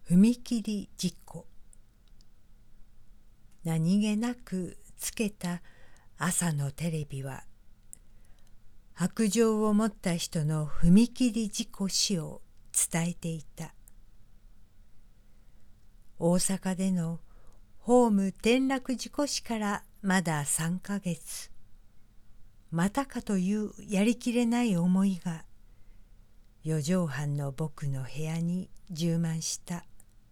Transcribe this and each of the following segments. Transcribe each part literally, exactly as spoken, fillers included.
踏切事故。何気なくつけた朝のテレビは、白杖を持った人の踏切事故死を伝えていた。大阪でのホーム転落事故死からまださんかげつ。またかというやりきれない思いが、四畳半の僕の部屋に充満した。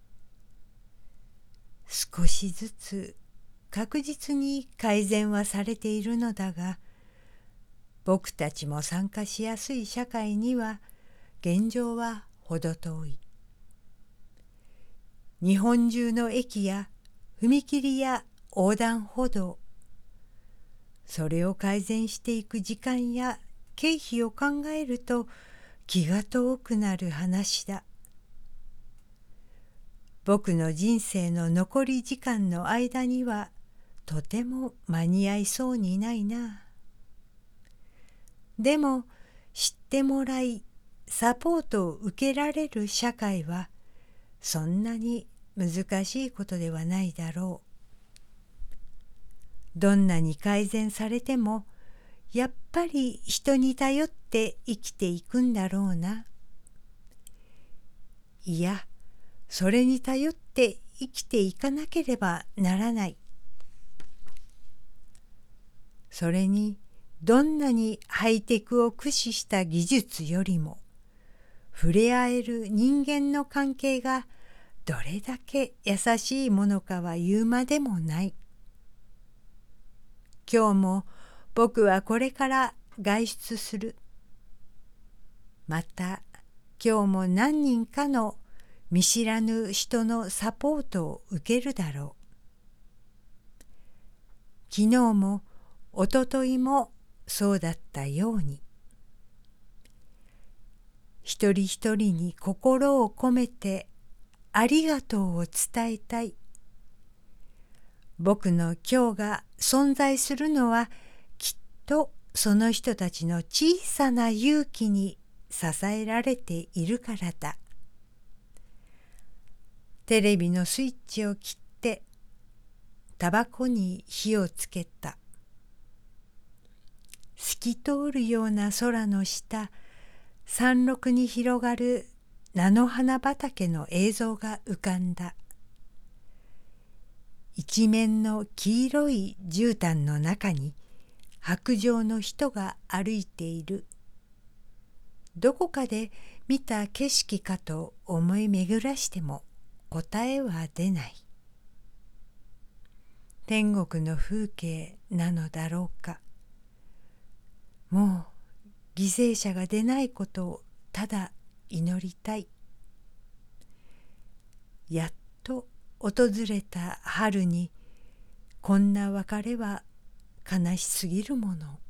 少しずつ確実に改善はされているのだが、僕たちも参加しやすい社会には現状は程遠い。日本中の駅や踏切や横断歩道、それを改善していく時間や経費を考えると気が遠くなる話だ。僕の人生の残り時間の間にはとても間に合いそうにないな。でも知ってもらいサポートを受けられる社会はそんなに難しいことではないだろう。どんなに改善されてもやっぱり人に頼って生きていくんだろうな。いや、それに頼って生きていかなければならない。それにどんなにハイテクを駆使した技術よりも触れ合える人間の関係がどれだけ優しいものかは言うまでもない。今日も僕はこれから外出する。また今日も何人かの見知らぬ人のサポートを受けるだろう。昨日もおとといもそうだったように。一人一人に心を込めてありがとうを伝えたい。僕の今日が存在するのはきっとその人たちの小さな勇気に支えられているからだ。テレビのスイッチを切ってタバコに火をつけた。透き通るような空の下、山麓に広がる菜の花畑の映像が浮かんだ。一面の黄色い絨毯の中に白杖の人が歩いている。どこかで見た景色かと思い巡らしても答えは出ない。天国の風景なのだろうか。もう犠牲者が出ないことをただ祈りたい。やっと訪れた春にこんな別れは悲しすぎるもの。